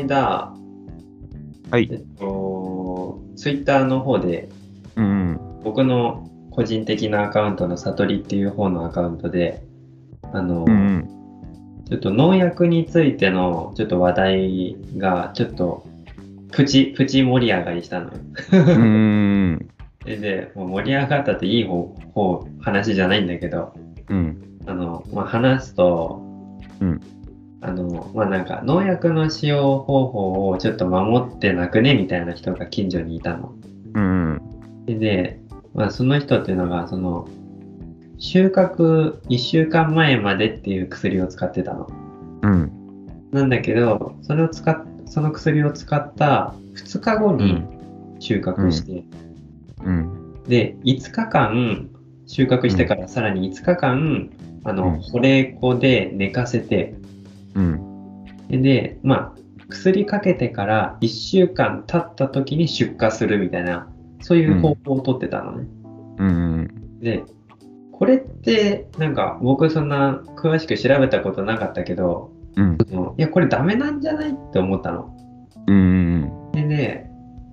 間、 はい。 ツイッターの方で、僕の個人的なアカウントの悟りっていう方のアカウントで、ちょっと農薬についてのちょっと話題がちょっとプチ盛り上がりしたのよ。で、もう盛り上がったっていい話じゃないんだけど、話すと、なんか農薬の使用方法をちょっと守ってなくねみたいな人が近所にいたの。で、その人っていうのが収穫1週間前までっていう薬を使ってたの。なんだけど、その薬を使った2日後に収穫して、で、5日間収穫してからさらに5日間、保冷庫で寝かせて、で、薬かけてから1週間経った時に出荷するみたいな、そういう方法をとってたのね。で、これってなんか僕そんな詳しく調べたことなかったけど、いやこれダメなんじゃないって思ったの。でね、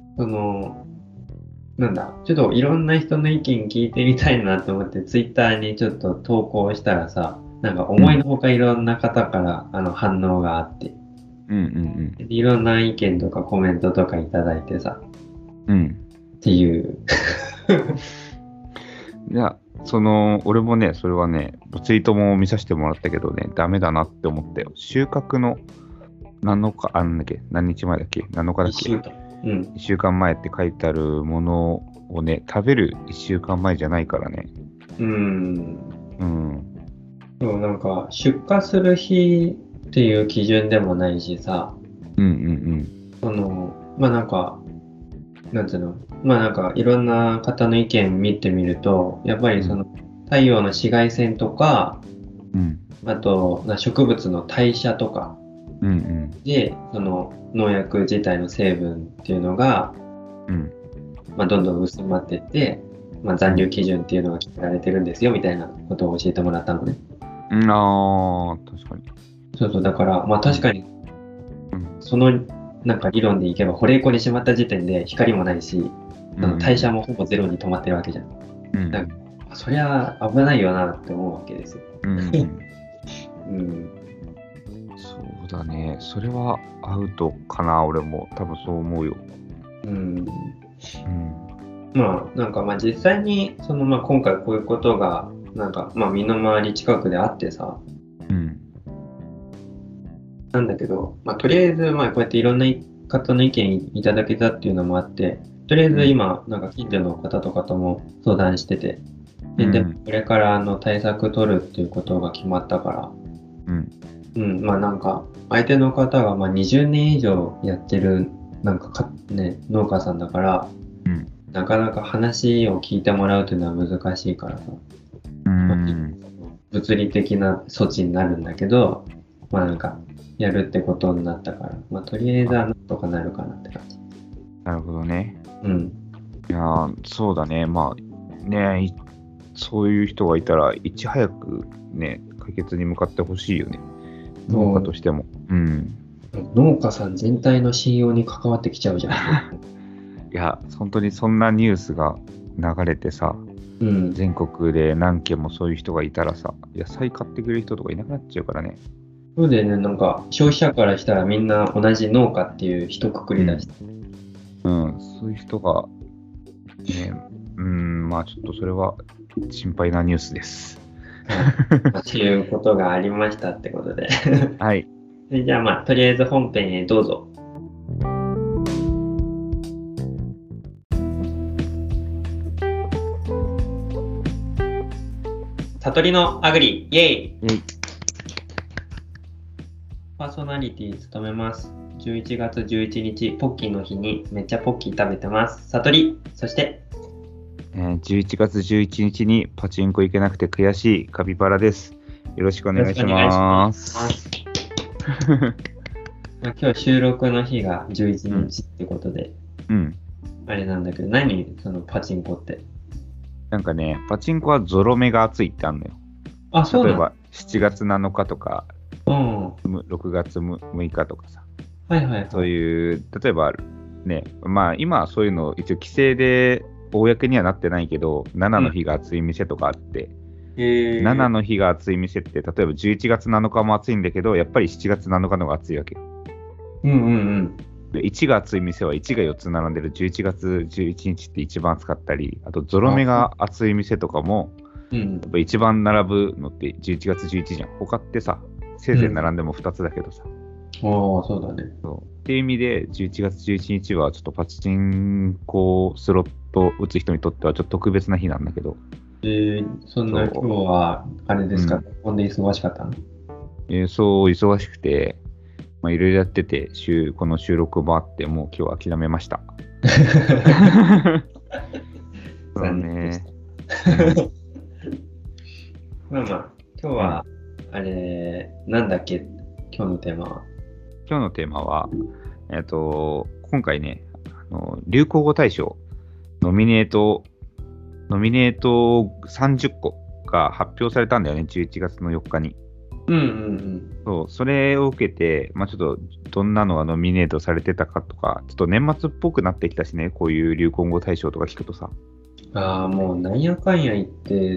なんだ、ちょっといろんな人の意見聞いてみたいなと思ってツイッターにちょっと投稿したらさ、なんか思いのほかいろんな方から反応があって、いろんな意見とかコメントとかいただいてさ、っていう。 いや、俺もね、それはね、ツイートも見させてもらったけどね、ダメだなって思ったよ。収穫の何日前だっけ ?7 日だっけ1週間前って書いてあるものをね、食べる1週間前じゃないからね。 そう、なんか出荷する日っていう基準でもないしさ、なんか、なんていうの、なんかいろんな方の意見見てみると、やっぱり太陽の紫外線とか、あと植物の代謝とかで、農薬自体の成分っていうのが、どんどん薄まっていって、残留基準っていうのが決められてるんですよみたいなことを教えてもらったのね。 確かに。 そう、だから、確かに、そのなんか理論でいけば、保冷庫にしまった時点で光もないし、代謝もほぼゼロに止まってるわけじゃん。だからそりゃ危ないよなって思うわけですよ。 そうだね。それはアウトかな、俺も。多分そう思うよ。 なんか実際に今回こういうことがなんか身の回り近くであってさ、なんだけど、とりあえずこうやっていろんな方の意見いただけたっていうのもあって、とりあえず今なんか近所の方とかとも相談してて、でもこれから対策取るっていうことが決まったから、なんか相手の方が20年以上やってる農家さんだから、なかなか話を聞いてもらうというのは難しいからさ、物理的な措置になるんだけど、なんかやるってことになったから、とりあえずはなんとかなるかなって感じ。 なるほどね。いや、そうだね。そういう人がいたらいち早くね、解決に向かってほしいよね。農家としても。 農家さん全体の信用に関わってきちゃうじゃん。 いや、本当にそんなニュースが流れてさ、全国で何件もそういう人がいたらさ、野菜買ってくれる人とかいなくなっちゃうからね。 そうでね、なんか消費者からしたらみんな同じ農家っていう一括りだし、 そういう人がね、ちょっとそれは心配なニュースです。 っていうことがありましたってことで。 はい。 じゃあとりあえず本編へどうぞ。悟りのアグリ、イエイ！パーソナリティ務めます。11月11日、ポッキーの日にめっちゃポッキー食べてます。悟り、そして、 11月11日にパチンコ行けなくて悔しいカピバラです。よろしくお願いします。 今日収録の日が11日ってことで、あれなんだけど、何そのパチンコって。 なんかね、パチンコはゾロ目が熱いってあるのよ。 あ、そうなの？ 例えば7月7日とか、6月6日とかさ。 はいはいはい。 そういう、例えばね、まあ今はそういうの一応規制で公にはなってないけど、7の日が暑い店とかあって、7の日が暑い店って、例えば11月7日も暑いんだけど、やっぱり7月7日の方が暑いわけよ。 うんうんうん。 で1が暑い店は1が4つ並んでる11月11日って一番暑かったり、あとゾロ目が暑い店とかも、やっぱ一番並ぶのって11月11じゃん。他ってさ、せいぜい並んでも2つだけどさ。 ああ、そうだね。 っていう意味で、11月11日はちょっとパチンコスロット打つ人にとってはちょっと特別な日なんだけど。 そんな今日は、あれですか、ほんで忙しかったの？ そう、忙しくて、まあいろいろやってて、この収録もあって、もう今日は諦めました。そうね。 まあまあ、今日は、あれ、なんだっけ、今日のテーマは。 今日のテーマは、今回ね、流行語大賞、ノミネート30個が発表されたんだよね、11月の4日に。それを受けて、まあ、ちょっとどんなのがノミネートされてたかとか、ちょっと年末っぽくなってきたしね、こういう流行語大賞とか聞くとさ。 ああ、もうなんやかんや言って、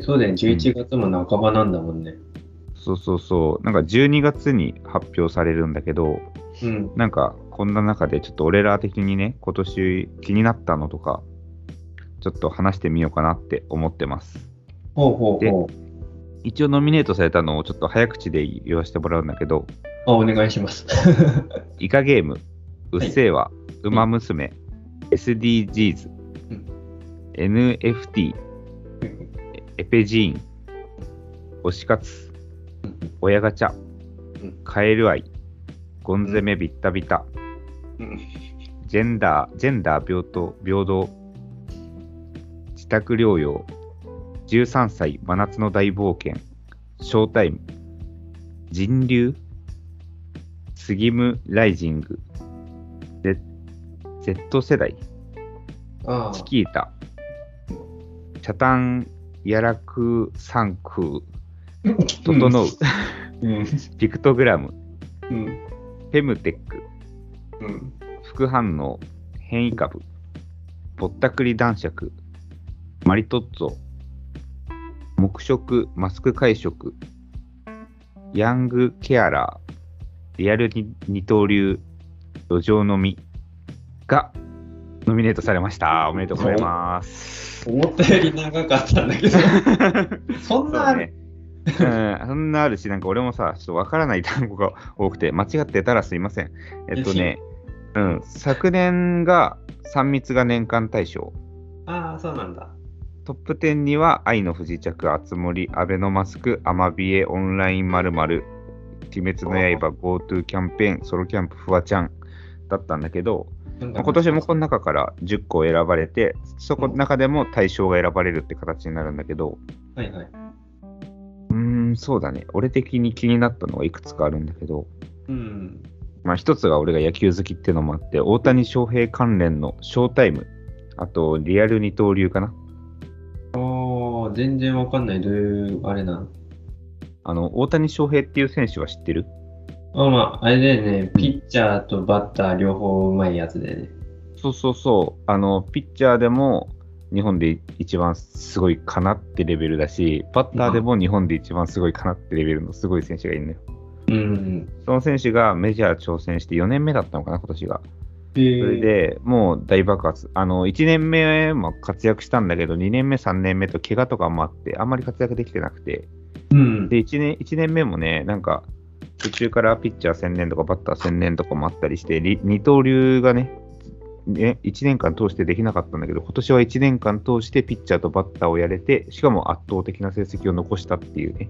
そうだよね、11月も半ばなんだもんね。 なんか12月に発表されるんだけど、なんかこんな中でちょっと俺ら的にね、今年気になったのとか、ちょっと話してみようかなって思ってます。で、一応ノミネートされたのをちょっと早口で言わせてもらうんだけど、 お願いします。 イカゲーム、うっせぇわ、ウマ娘、SDGs、NFT、エペジーン、推し活、親ガチャ、カエル愛、ゴン攻めビッタビタ、ジェンダー平等、自宅療養、13歳真夏の大冒険、ショータイム、人流、スギムライジング、Z 世代、チキータ、チャタンヤラクサンク整う、ピクトグラム、フェムテック、副反応、変異株、ぼったくり男爵、マリトッツォ、黙食、マスク会食、ヤングケアラー、リアル二刀流、路上飲みがノミネートされました。おめでとうございます。 思ったより長かったんだけど。そんなある？ そんなあるし、なんか俺もさ、ちょっとわからない単語が多くて、間違ってたらすいません。昨年が3密が年間大賞。 ああ、そうなんだ。 トップ10には、愛の不時着、あつ森、アベノマスク、アマビエ、オンライン〇〇、鬼滅の刃、GoTo キャンペーン、ソロキャンプ、フワちゃんだったんだけど、今年もこの中から10個選ばれて、そこの中でも大賞が選ばれるって形になるんだけど、そうだね。俺的に気になったのがいくつかあるんだけど、まあ一つが俺が野球好きっていうのもあって、大谷翔平関連のショータイム、あとリアル二刀流かな。 全然わかんない。どういうあれなの？大谷翔平っていう選手は知ってる？ まあ、あれだよね。ピッチャーとバッター両方うまいやつでね。 ピッチャーでも日本で一番すごいかなってレベルだし、バッターでも日本で一番すごいかなってレベルのすごい選手がいるのよ。その選手がメジャー挑戦して4年目だったのかな、今年が。それでもう大爆発。1年目も活躍したんだけど、2年目、3年目と怪我とかもあって、あんまり活躍できてなくて。で、1年目もね、なんか、途中からピッチャー専念とかバッター専念とかもあったりして、二刀流がね、1年間通してできなかったんだけど、今年は1年間通してピッチャーとバッターをやれて、しかも圧倒的な成績を残したっていうね。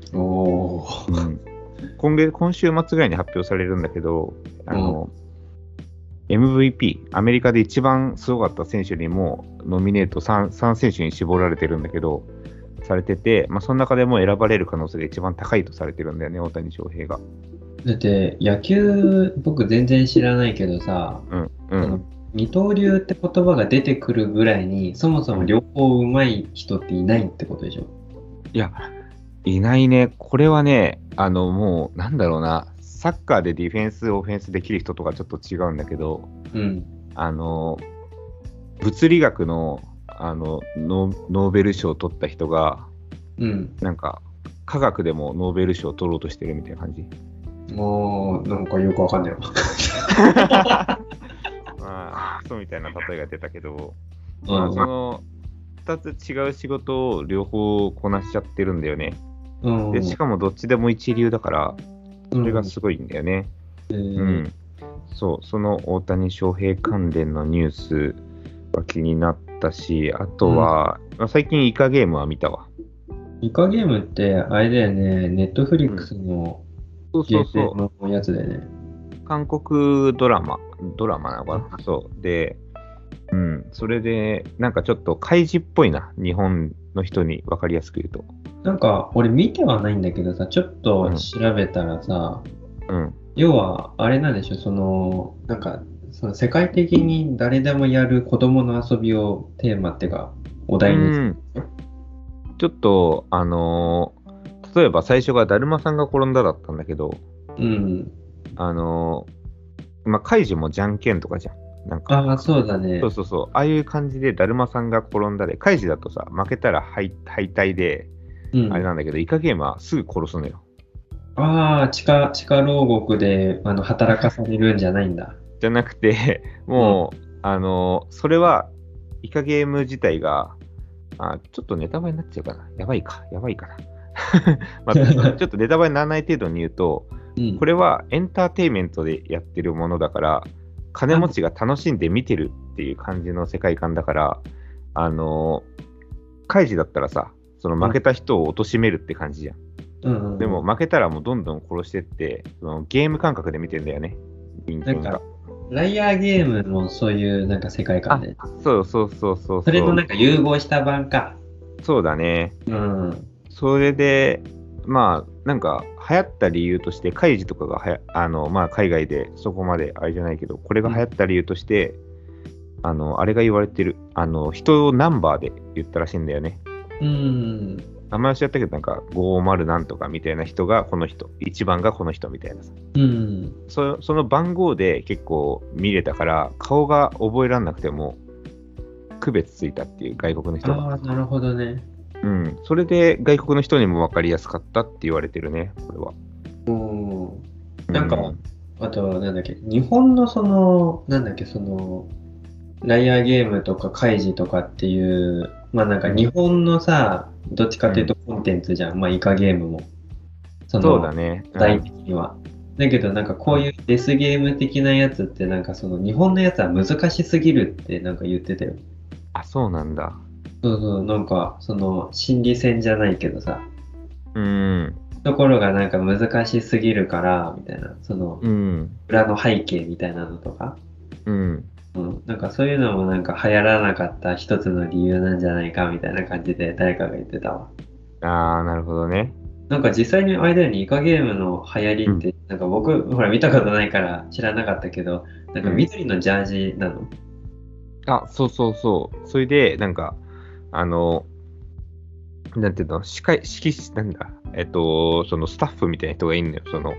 今週末ぐらいに発表されるんだけど、MVP、アメリカで一番すごかった選手にもノミネート 3選手に絞られてるんだけど、されてて、まあ、その中でも選ばれる可能性が一番高いとされてるんだよね、大谷翔平が。 だって野球僕全然知らないけどさ、二刀流って言葉が出てくるぐらいにそもそも両方うまい人っていないってことでしょ？ いや、いないね。これはね、もうなんだろうな、 サッカーでディフェンス、オフェンスできる人とかちょっと違うんだけど、物理学のノーベル賞を取った人が、なんか科学でもノーベル賞を取ろうとしてるみたいな感じ。 なんかよくわかんないわ。 まあ、そうみたいな例えが出たけど、その2つ違う仕事を両方こなしちゃってるんだよね。でしかもどっちでも一流だから、それがすごいんだよね。そう、その大谷翔平関連のニュースが気になったし、あとは、最近イカゲームは見たわ。 イカゲームってあれだよね、ネットフリックスのゲームのやつだよね。 韓国ドラマなのかな。そうで、それでなんかちょっと開示っぽいな、日本の人に分かりやすく言うと。 なんか俺見てはないんだけどさ、ちょっと調べたらさ、要はあれなんでしょ、なんかその世界的に誰でもやる子供の遊びをテーマっていうかお題にする。 ちょっと例えば最初がだるまさんが転んだだったんだけど、カイジもじゃんけんとかじゃん。なんかそうだね。 そう。ああいう感じでだるまさんが転んだで、カイジだとさ、負けたら敗退で、あれなんだけど、イカゲームはすぐ殺すのよ。地下牢獄で働かされるんじゃないんだ。 じゃなくて、もう、それは、イカゲーム自体が、ちょっとネタバレになっちゃうかな。やばいかな。ちょっとネタバレにならない程度に言うと、これはエンターテインメントでやってるものだから、金持ちが楽しんで見てるっていう感じの世界観だから、カイジだったらさ、その負けた人を貶めるって感じじゃん。でも負けたらもうどんどん殺してって、そのゲーム感覚で見てんだよね、人間が。 ライアーゲームもそういうなんか世界観で。 そう。 それとなんか融合した版か。 そうだね。それで、なんか流行った理由として、カイジとかが海外でそこまであれじゃないけど、これが流行った理由として、あれが言われてる、人をナンバーで言ったらしいんだよね。名前忘れちゃったけど、なんか50なんとかみたいな人がこの人、1番がこの人みたいなさ。その番号で結構見れたから、顔が覚えられなくても区別ついたっていう外国の人が。 なるほどね。 それで外国の人にも分かりやすかったって言われてるね、これは。 なんか、あと、なんだっけ、日本のライアーゲームとかカイジとかっていう、なんか日本のさ、どっちかというとコンテンツじゃん。イカゲームも。 そうだね。 具体的には。だけど、なんかこういうデスゲーム的なやつって、なんか日本のやつは難しすぎるってなんか言ってたよ。 そうなんだ。 なんか、心理戦じゃないけどさ。ところがなんか難しすぎるから、みたいな、裏の背景みたいなのとか。なんかそういうのもなんか流行らなかった一つの理由なんじゃないかみたいな感じで誰かが言ってたわ。 なるほどね。 なんか実際にあれだよね、イカゲームの流行りって、なんか僕、ほら見たことないから知らなかったけど、なんか緑のジャージなの？ そう。それで、なんか、なんていうの、なんだ、そのスタッフみたいな人がいるの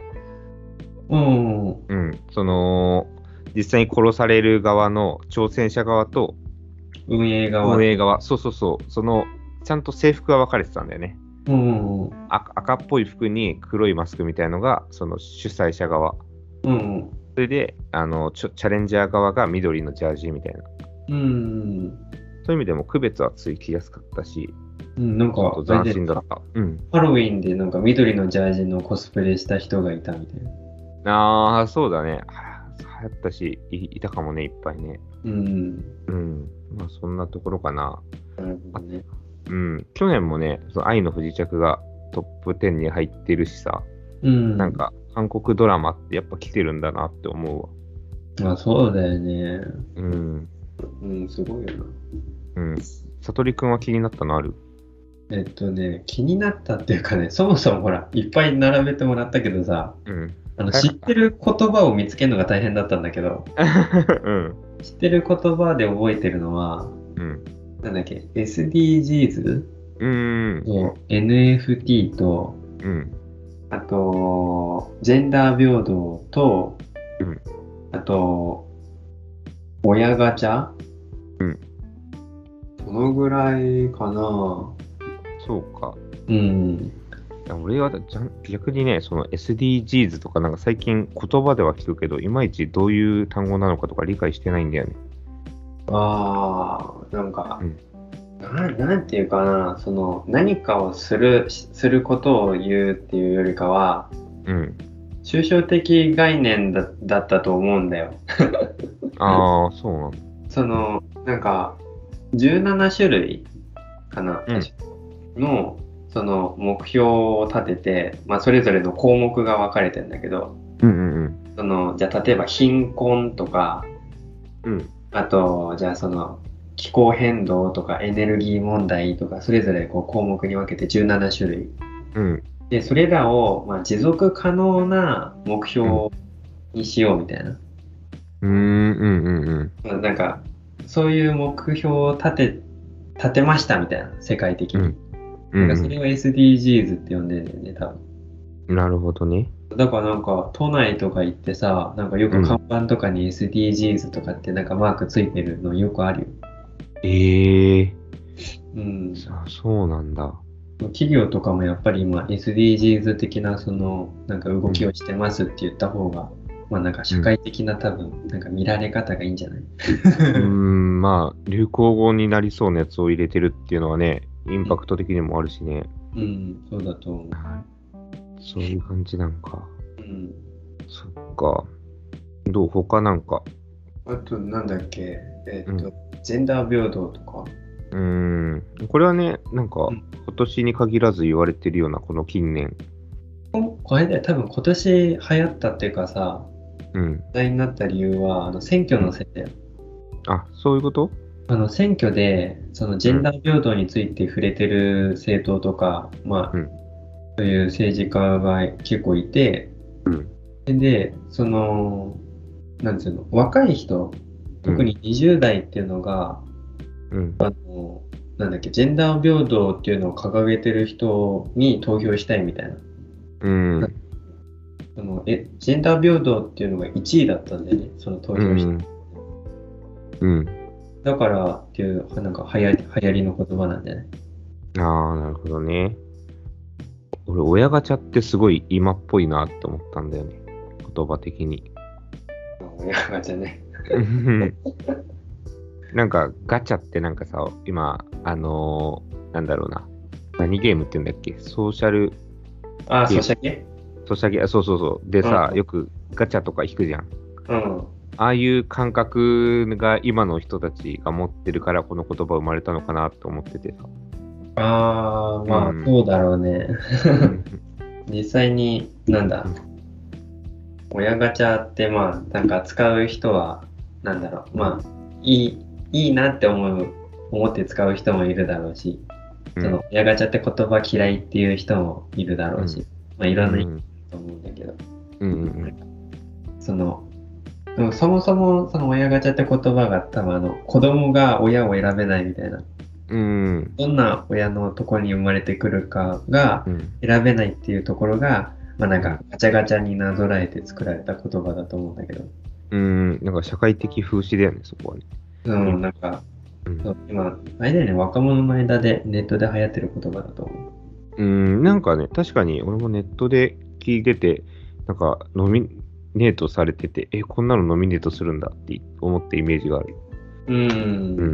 よ、実際に殺される側の挑戦者側と運営側。 そう。ちゃんと制服が分かれてたんだよね。赤っぽい服に黒いマスクみたいのがその主催者側。それでチャレンジャー側が緑のジャージみたいな。そういう意味でも区別はつきやすかったし、 なんか斬新だった。 ハロウィンでなんか緑のジャージのコスプレした人がいたみたいな。そうだね。流行ったし、いたかもね、いっぱいね。そんなところかな。去年もね、愛の不時着がトップ10に入ってるしさ、なんか韓国ドラマってやっぱ来てるんだなって思うわ。そうだよね。すごいよな。悟りくんは気になったのある？ 気になったっていうかね、そもそもほら、いっぱい並べてもらったけどさ、知ってる言葉を見つけるのが大変だったんだけど、知ってる言葉で覚えてるのは、なんだっけ、SDGs と NFT と、 あと、ジェンダー平等と、 うん。 あと、親ガチャうん。 どのぐらいかな。 そうか。 うん。 いや俺は逆にね、その SDGs とかなんか最近言葉では聞くけど、いまいちどういう単語なのかとか理解してないんだよね。 ああ、なんか、 うん。 なんていうかな、その何かをすることを言うっていうよりかは、 うん。 抽象的概念だったと思うんだよ。 ああ、そうなんだ。 その、なんか、17種類かな、 うん。 確かの、その目標を立てて、まあ、それぞれの項目が分かれてるんだけど、 うんうんその、じゃあ例えば貧困とか、 うん。 あと、じゃあその、気候変動とかエネルギー問題とか、それぞれこう項目に分けて17種類。 うん。 で、それらを、まあ、持続可能な目うん。 標にしようみたいな。 うんうんうんまあなんか、そういう目標を立てましたみたいな、世界的に。 うん。うなんんうかそれを SDGs って呼んでるんだよね、多分。 ん。なるほどね。 だからなんか、都内とか行ってさ、なんかよく看うん。 板とかに SDGs とかってなんかマークついてるのよくあるよ。 ええうん。 そうなんだ。 企業とかもやっぱり今 SDGs 的なそのなんか動きをしてますって言った方が、まあなんか社会的な多分なんか見られ方がいいんじゃない？ まあ、流行語になりそうなやつを入れてるっていうのはね、インパクト的にもあるしね。 うん、そうだと思う。 そういう感じなんか。 うん。 そっか。どう他なんか。 あとなんだっけ、 うん。 ジェンダー平等とか。 これはね、なんか、 うん。 今年に限らず言われてるような、この近年。 これで多分今年流行ったっていうかさ、 うん。 話題になった理由は選挙うん。 のせいだよ。 あ、そういうこと？ 選挙でそのジェンダうん。 ー平等について触れてる政党とか、まあうん。 そういう政治家が結構いて、 うん。 で、その、なんつうの、若い人、 うん。 特に20代っていうのが、 うん。 なんだっけ、ジェンダー平等っていうのを掲げてる人に投票したいみたいな。 うん。 ジェンダー平等っていうのが1位だったんだよね、その投票した。 うん。うん。 だからっていう、なんか流行りの言葉なんだよね。 ああ、なるほどね。俺、親ガチャってすごい今っぽいなって思ったんだよね。言葉的に。 親ガチャね。 なんか、ガチャってなんかさ、今、なんだろうな。何ゲームって言うんだっけ？ソーシャルあ、 ゲーム。 ソシャゲ。 ソシャゲ、そうそうそう。でうん、 さ、よくガチャとか引くじゃん。 うん。 ああいう感覚が今の人たちが持ってるから、この言葉生まれたのかなと思っててさ。 ああ、まあ、 うん。 そうだろうね。 うん。 実際に、なんだ、 うん。 親ガチャってまあなんか使う人はなんだろう、まあいいなって思って使う人もいるだろうし、そのうん。 親ガチャって言葉嫌いっていう人もいるだろうし、 うん。 まあいろんな意味うん。 だと思うんだけど、 うん。 そのでもそもそもその親ガチャって言葉が多分子供が親を選べないみたいな、 うん。 どんな親のところに生まれてくるかがうん。 選べないっていうところが、まあなんうん。 かガチャガチャになぞらえて作られた言葉だと思うんだけど、 なんか社会的風刺だよね、そこはね。 ういん、なんか、 うん。 そう今、あれだよね、若者の間でネットで流行ってる言葉だと思う。 なんかね、確かに俺もネットで聞いてて、なんかノミネートされてて、こんなのノミネートするんだって思ってイメージがある。 うん。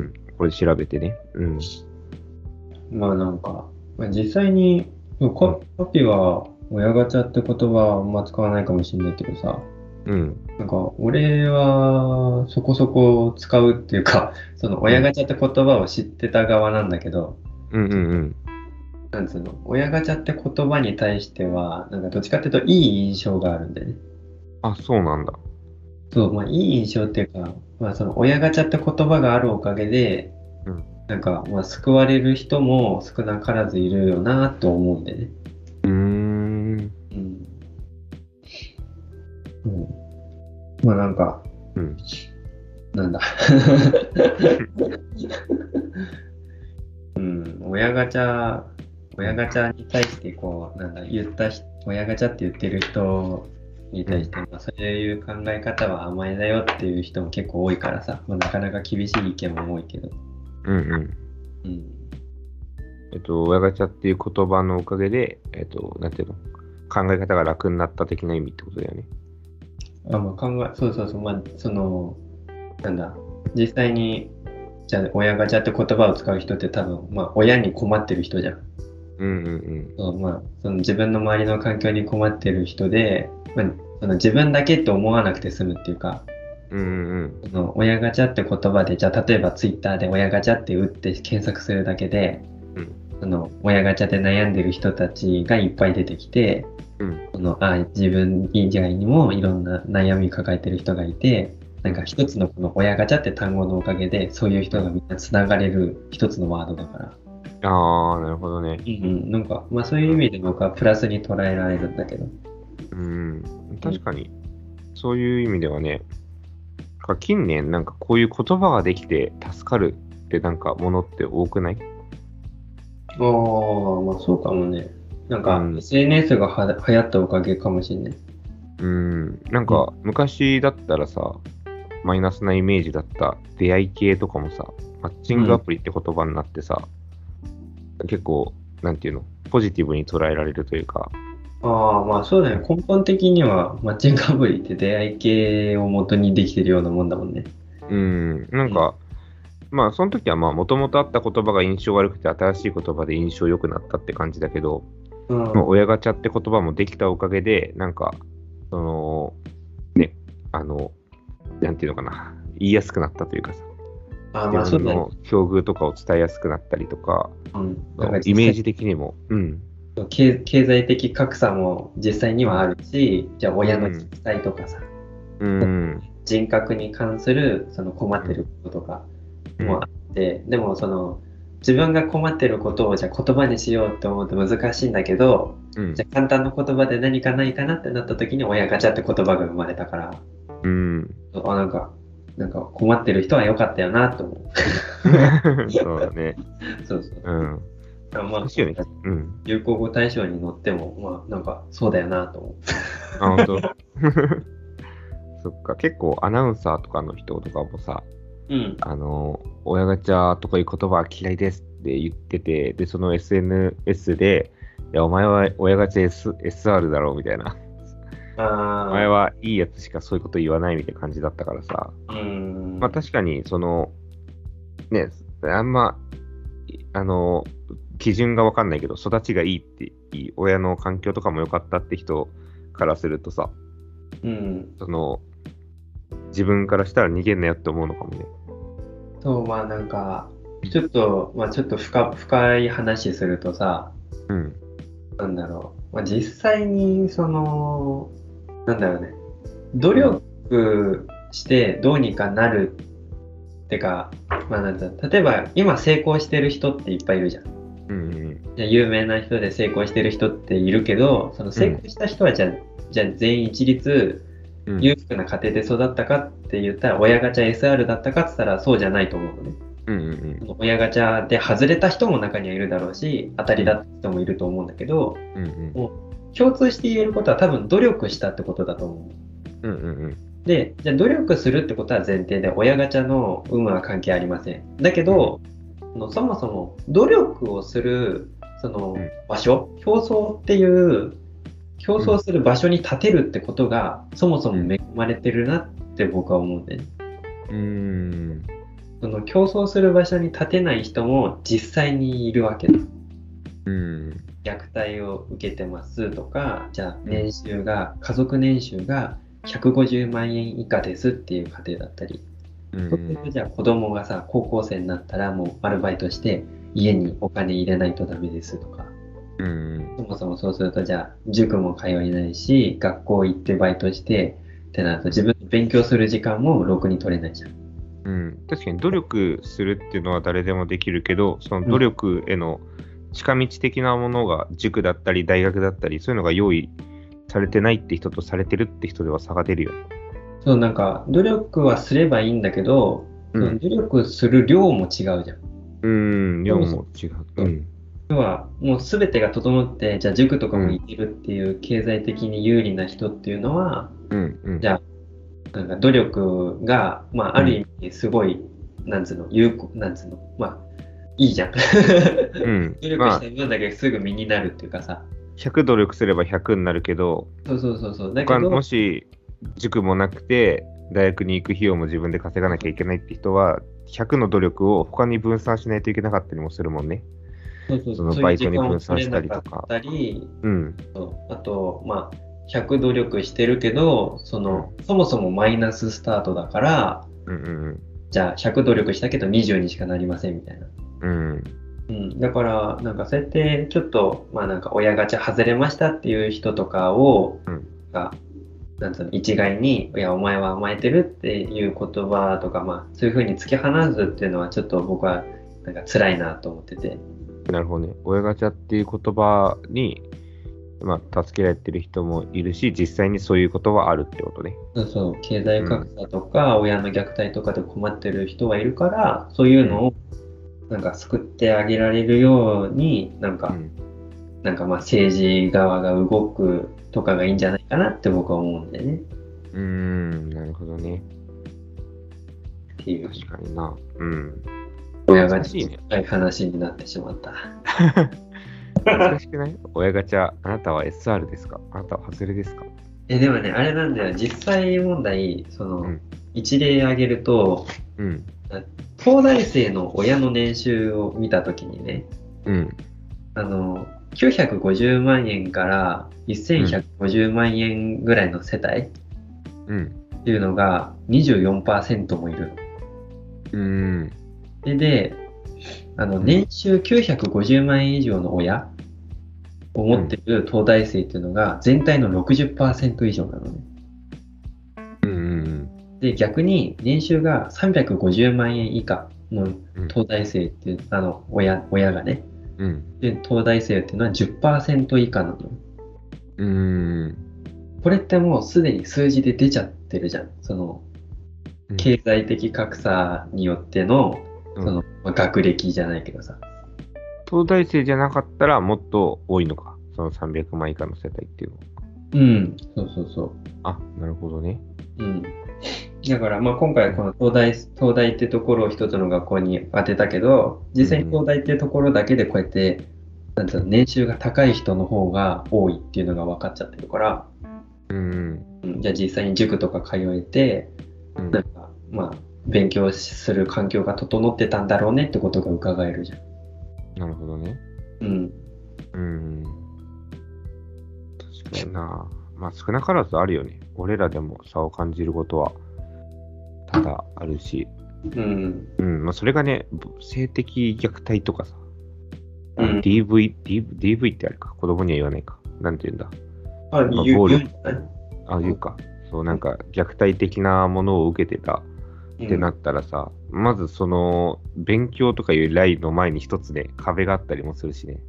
これ調べてね。 まあなんか、まあ、実際に、コピは親ガチャって言葉はあんま使わないかもしれないけどさ、 うん。 なんか俺はそこそこ使うっていうか、そのうん。 親ガチャって言葉を知ってた側なんだけど、 うんうんうん。 なんつうの、親ガチャって言葉に対しては、なんかどっちかっていうといい印象があるんだよね。 あ、そうなんだ。 そう、まあいい印象っていうか、まあその親ガチャって言葉があるおかげで、 うん。 なんか、まあ、救われる人も少なからずいるよなと思うんでね。 うーん。 うん。うん、まあなんか、 うん。 なんだ。うん、親ガチャに対してこう、なんだ、言った親ガチャって言ってる人に対して、そういう考え方は甘えだよっていう人も結構多いからさ、なかなか厳しい意見も多いけど。 親ガチャっていう言葉のおかげで、なんていうの、考え方が楽になった的な意味ってことだよね。 そうそうそう、なんだ、実際に、じゃあ親ガチャって言葉を使う人って多分、親に困ってる人じゃん。その自分の周りの環境に困ってる人で、その自分だけって思わなくて済むっていうか、その親ガチャって言葉で、じゃあ例えばツイッターで親ガチャって打って検索するだけで、その親ガチャで悩んでる人たちがいっぱい出てきて、自分以外にもいろんな悩み抱えてる人がいて、なんか一つのこの親ガチャって単語のおかげで、そういう人がみんなつながれる一つのワードだから。 なるほどね。 なんか、そういう意味で僕はプラスに捉えられるんだけど。 確かに、そういう意味ではね、近年なんかこういう言葉ができて助かるってなんかものって多くない？ そうかもね。なんか、SNS が流行ったおかげかもしんない。 なんか昔だったらさ、マイナスなイメージだった出会い系とかもさ、マッチングアプリって言葉になってさ、結構、なんていうの、ポジティブに捉えられるというか。 そうだね。根本的にはマッチングアプリって出会い系を元にできてるようなもんだもんね。 なんか、その時はもともとあった言葉が印象悪くて新しい言葉で印象良くなったって感じだけど、親ガチャって言葉もできたおかげで、なんか、なんていうのかな、言いやすくなったというかさ、自分の境遇とかを伝えやすくなったりとか、イメージ的にも、 経済的格差も実際にはあるし、じゃあ親の期待とかさ、人格に関するその困ってることとかもあって、でもその自分が困ってることをじゃあ言葉にしようって思うと難しいんだけど、じゃあ簡単な言葉で何かないかなってなった時に親ガチャって言葉が生まれたから、なんか困ってる人は良かったよなと思う。 そうだね。 そう。流行語大賞に乗っても、なんかそうだよなと思う。 本当。そっか、結構アナウンサーとかの人とかもさ、親ガチャとかいう言葉は嫌いですって言ってて、で、その SNS で、いや、お前は親ガチャ、SR だろうみたいな。お前はいいやつしかそういうこと言わないみたいな感じだったからさ。確かに、あんま、基準がわかんないけど、育ちがいいっていい、親の環境とかも良かったって人からするとさ、自分からしたら逃げんなよって思うのかもね。 なんか、ちょっと深い話するとさ、なんだろう、実際になんだろうね、努力してどうにかなるってか、例えば今成功してる人っていっぱいいるじゃん。有名な人で成功してる人っているけど、その成功した人はじゃあ全員一律裕福な家庭で育ったかって言ったら、親ガチャ SR だったかって言ったらそうじゃないと思うのね。親ガチャで外れた人も中にはいるだろうし、当たりだった人もいると思うんだけど、もう共通して言えることは多分努力したってことだと思う。で、じゃあ努力するってことは前提で、親ガチャの有無は関係ありません。だけど、そもそも努力をするその場所、競争する場所に立てるってことがそもそも恵まれてるなって僕は思うんだよね。その競争する場所に立てない人も実際にいるわけだ。虐待を受けてますとか、じゃあ家族年収が150万円以下ですっていう家庭だったり、そうするとじゃあ子供がさ、高校生になったらもうアルバイトして家にお金入れないとダメですとか、そもそもそうするとじゃあ塾も通えないし、学校行ってバイトしてってなると自分で勉強する時間もろくに取れないじゃん。 確かに努力するっていうのは誰でもできるけど、その努力への近道的なものが塾だったり大学だったり、そういうのが用意されてないって人とされてるって人では差が出るよね。 そう、なんか努力はすればいいんだけど、努力する量も違うじゃん。 量も違う。 要は、もう全てが整って、じゃあ塾とかも行けるっていう経済的に有利な人っていうのは、じゃあ、なんか努力が、まあ、ある意味すごい、なんつうの、有効、なんつうの、まあ、いいじゃん。努力した分だけすぐ身になるっていうかさ。 100努力すれば100になるけど、 だけどもし塾もなくて、大学に行く費用も自分で稼がなきゃいけないって人は、100の努力を他に分散しないといけなかったりもするもんね。そのバイトに分散したりとか。 あと、まあ、100努力してるけど、そもそもマイナススタートだから、じゃあ100努力したけど20にしかなりませんみたいな。だから、なんかそうやってちょっと、まあなんか親ガチャ外れましたっていう人とかを、なんつうの、一概に、いや、お前は甘えてるっていう言葉とか、まあそういうふうに突き放すっていうのはちょっと僕はなんか辛いなと思ってて。 なるほどね。親ガチャっていう言葉に、まあ、助けられてる人もいるし、実際にそういうことはあるってことね。 そう、経済格差とか、親の虐待とかで困ってる人はいるから、そういうのをなんか救ってあげられるように、なんかまあ政治側が動くとかがいいんじゃないかなって僕は思うんだよね。 なるほどね。 っていう。 確かにな。 親ガチャ深い話になってしまった。 難しくない？親ガチャ、あなたは SR ですか？あなたは外れですか？ でもね、あれなんだよ、実際問題、一例挙げると、東大生の親の年収を見たときにね、950万円から1150万円ぐらいの世帯っていうのが 24% もいるの。で、年収950万円以上の親を持っている東大生っていうのが全体の 60% 以上なのね。で、逆に年収が350万円以下の東大生っていう、親がね、で、東大生っていうのは 10% 以下なの。これってもうすでに数字で出ちゃってるじゃん。経済的格差によっての、学歴じゃないけどさ。 東大生じゃなかったらもっと多いのか。その300万以下の世帯っていうの。そう。 あ、なるほどね。 だから、まあ、今回この東大ってところを一つの学校に当てたけど、実際に東大ってところだけでこうやって、なんていうの、年収が高い人の方が多いっていうのが分かっちゃってるから、じゃあ実際に塾とか通えて、なんか、まあ、勉強する環境が整ってたんだろうねってことが伺えるじゃん。 なるほどね。確かにな。まあ少なからずあるよね。俺らでも差を感じることは多々あるし。まあそれがね、性的虐待とかさ。DV ってあれか。子供には言わないか。なんて言うんだ。暴力。言うか。そう、なんか虐待的なものを受けてたってなったらさ、まずその勉強とかいうラインの前に一つね、壁があったりもするしね。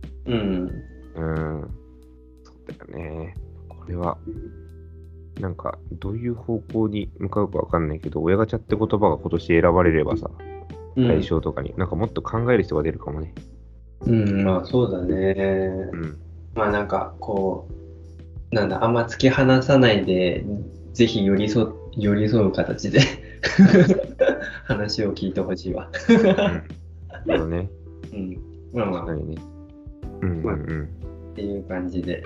そうだよね。これは、なんかどういう方向に向かうかわかんないけど、親ガチャって言葉が今年選ばれればさ、対象とかに、なんかもっと考える人が出るかもね。 まあそうだね。まあなんかこう、なんだ、あんま突き放さないで、ぜひ寄り添う形で話を聞いてほしいわ。 そうね。 まあまあ。 確かにね。 っていう感じで。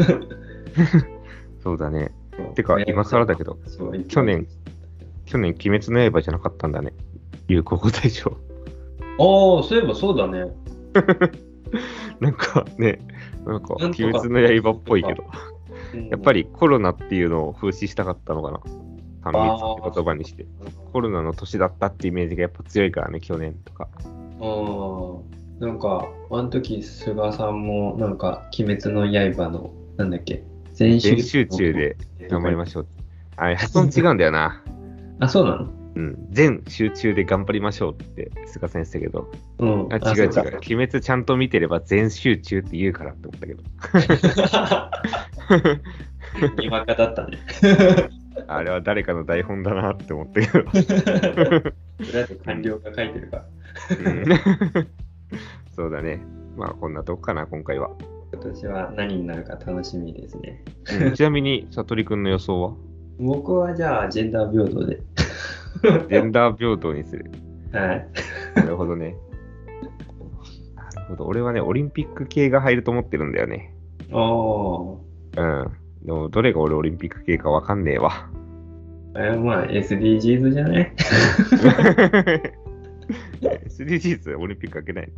そうだね。てか、今更だけど、去年、鬼滅の刃じゃなかったんだね。流行語大賞。 そういえばそうだね。 なんかね、鬼滅の刃っぽいけど、やっぱりコロナっていうのを風刺したかったのかな。単密って言葉にして。コロナの年だったってイメージがやっぱ強いからね、去年とか。 なんか、あの時、菅さんも、なんか、鬼滅の刃の、なんだっけ、 全集中で頑張りましょう。発音違うんだよな。 そうなの？ 全集中で頑張りましょうって菅さん言ってたけど。違う。鬼滅ちゃんと見てれば全集中って言うからって思ったけど。にわかだったね。 あれは誰かの台本だなって思ったけど。 それだと官僚が書いてるから。 そうだね。 まあこんなとこかな、今回は。 今年は何になるか楽しみですね。 ちなみに、さとりくんの予想は？ 僕はじゃあ、ジェンダー平等で。 ジェンダー平等にする。 はい。 なるほどね。なるほど。俺はね、オリンピック系が入ると思ってるんだよね。 おー。でも、どれが俺オリンピック系かわかんねえわ。 まあ、SDGs じゃね SDGs オリンピックかけない、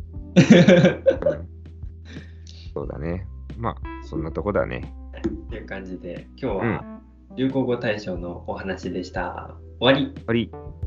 そうだね。まあ、そんなとこだね。 という感じで、今日は流行語大賞のお話でした。終わり。 終わり。